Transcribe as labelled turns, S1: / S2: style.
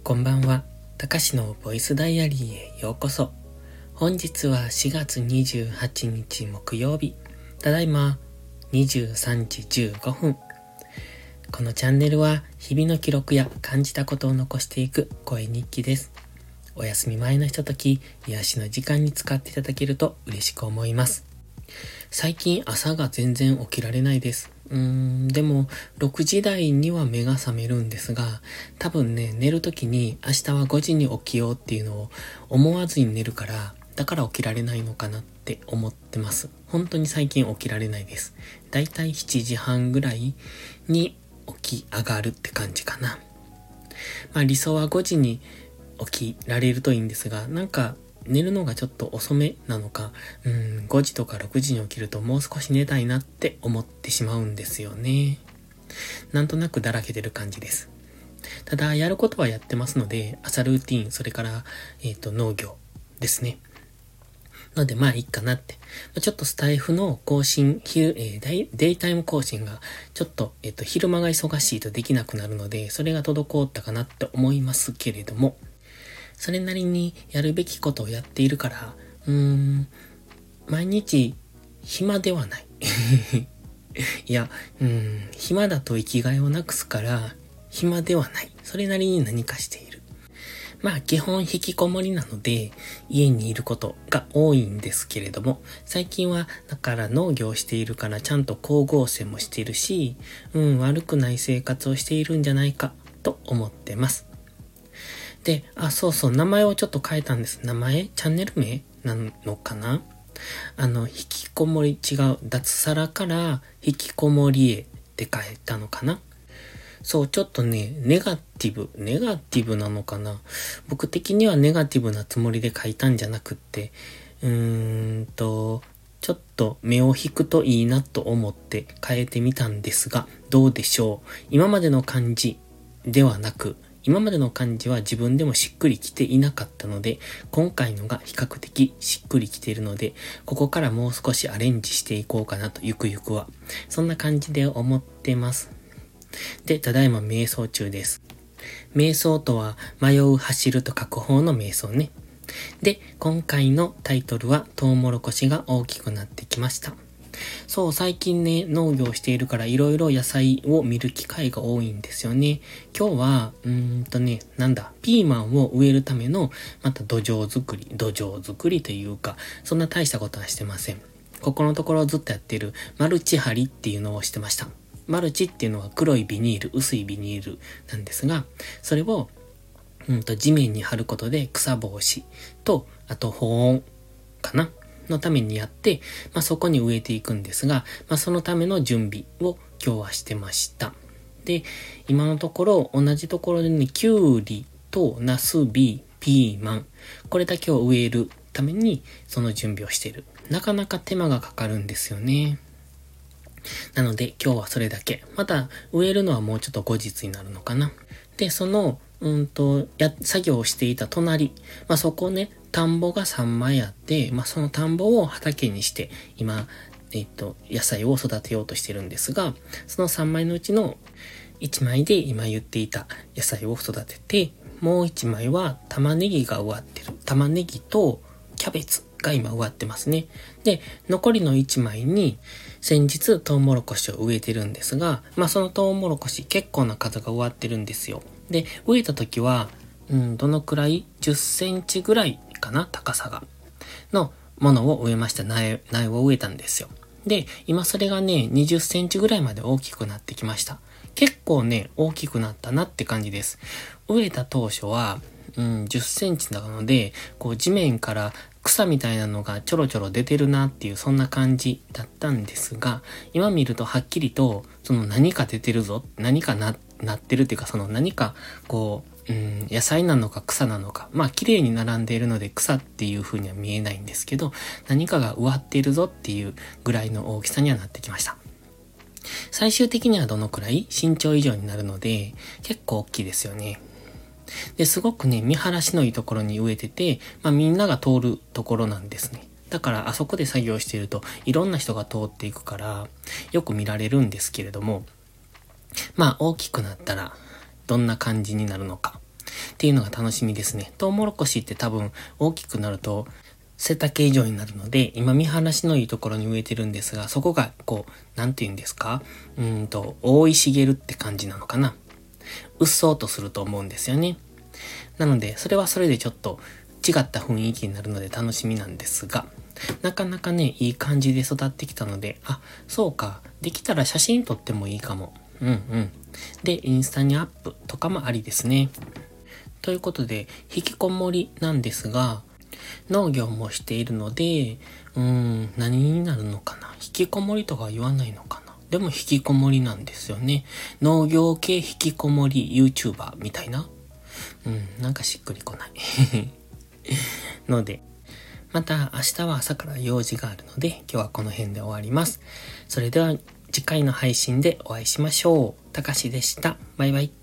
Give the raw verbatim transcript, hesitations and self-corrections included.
S1: こんばんは。たかしのボイスダイアリーへようこそ。本日はしがつにじゅうはちにち木曜日。ただいまにじゅうさんじじゅうごふん。このチャンネルは日々の記録や感じたことを残していく声日記です。お休み前のひととき、癒しの時間に使っていただけると嬉しく思います。最近朝が全然起きられないです。うーん、でもろくじ台には目が覚めるんですが、多分ね、寝るときに明日はごじに起きようっていうのを思わずに寝るから、だから起きられないのかなって思ってます。本当に最近起きられないです。だいたいしちじはんぐらいに起き上がるって感じかな。まあ理想はごじに起きられるといいんですが、なんか寝るのがちょっと遅めなのか、うん、ごじとかろくじに起きるともう少し寝たいなって思ってしまうんですよね。なんとなくだらけてる感じです。ただ、やることはやってますので、朝ルーティーン、それから、えっと、農業ですね。なので、まあいいかなって。ちょっとスタイフの更新、昼、えー、デイタイム更新が、ちょっと、えっと、昼間が忙しいとできなくなるので、それが滞ったかなって思いますけれども、それなりにやるべきことをやっているから、うーん、毎日暇ではない。いや、うーん、暇だと生きがいをなくすから、暇ではない。それなりに何かしている。まあ基本引きこもりなので、家にいることが多いんですけれども、最近はだから農業をしているからちゃんと光合成もしているし、うん、悪くない生活をしているんじゃないかと思ってます。で、あ、そうそう、名前をちょっと変えたんです。名前チャンネル名なのかなあの、引きこもり違う。脱サラから引きこもりへって変えたのかなそう、ちょっとね、ネガティブ、ネガティブなのかな僕的にはネガティブなつもりで書いたんじゃなくって、うーんと、ちょっと目を引くといいなと思って変えてみたんですが、どうでしょう。今までの漢字ではなく、今までの漢字は自分でもしっくりきていなかったので、今回のが比較的しっくりきているので、ここからもう少しアレンジしていこうかなと、ゆくゆくは。そんな感じで思ってます。で、ただいま瞑想中です。瞑想とは、迷う、走ると書く方の瞑想ね。で、今回のタイトルは、トウモロコシが大きくなってきました。そう、最近ね、農業しているからいろいろ野菜を見る機会が多いんですよね。今日は、うーんとね、なんだ、ピーマンを植えるための、また土壌作り、土壌作りというか、そんな大したことはしてません。ここのところずっとやっているマルチ張りっていうのをしてました。マルチっていうのは黒いビニール、薄いビニールなんですが、それを、うんと地面に張ることで草防止と、あと保温かなのためにやって、まあ、そこに植えていくんですが、まあ、そのための準備を今日はしてました。で、今のところ同じところでね、キュウリとナスビ、ピーマン、これだけを植えるためにその準備をしている。なかなか手間がかかるんですよね。なので今日はそれだけ。また植えるのはもうちょっと後日になるのかな。で、その、うんと、や、作業をしていた隣、まあ、そこね、田んぼがさんまいあって、まあ、その田んぼを畑にして、今、えっと、野菜を育てようとしてるんですが、そのさんまいのうちのいちまいで今言っていた野菜を育てて、もういちまいは玉ねぎが植わってる。玉ねぎとキャベツが今植わってますね。で、残りのいちまいに先日トウモロコシを植えてるんですが、まあそのトウモロコシ結構な数が植わってるんですよ。で、植えた時は、うん、どのくらい ?じゅっセンチぐらいかな高さが。のものを植えました。苗、苗を植えたんですよ。で、今それがね、にじゅっセンチぐらいまで大きくなってきました。結構ね、大きくなったなって感じです。植えた当初は、うん、じゅっセンチなので、こう地面から草みたいなのがちょろちょろ出てるなっていうそんな感じだったんですが、今見るとはっきりとその何か出てるぞ、何かな、なってるっていうかその何かこう、うん、野菜なのか草なのか、まあ綺麗に並んでいるので草っていう風には見えないんですけど、何かが植わっているぞっていうぐらいの大きさにはなってきました。最終的にはどのくらい身長以上になるので結構大きいですよね。で、すごくね、見晴らしのいいところに植えてて、まあみんなが通るところなんですね。だからあそこで作業しているといろんな人が通っていくからよく見られるんですけれども、まあ大きくなったらどんな感じになるのか。 っていうのが楽しみですね。トウモロコシって多分大きくなると背丈以上になるので、今見晴らしのいいところに植えてるんですが、そこがこう、なんて言うんですか？うーんと、覆い茂るって感じなのかな。うっそうとすると思うんですよね。なので、それはそれでちょっと違った雰囲気になるので楽しみなんですが、なかなかね、いい感じで育ってきたので、あ、そうか、できたら写真撮ってもいいかも。うんうん。で、インスタにアップとかもありですね。ということで、引きこもりなんですが、農業もしているので、うーん、何になるのかな。引きこもりとか言わないのかな。でも引きこもりなんですよね。農業系引きこもり YouTuber みたいな。うん、なんかしっくりこない。ので、また明日は朝から用事があるので、今日はこの辺で終わります。それでは次回の配信でお会いしましょう。たかしでした。バイバイ。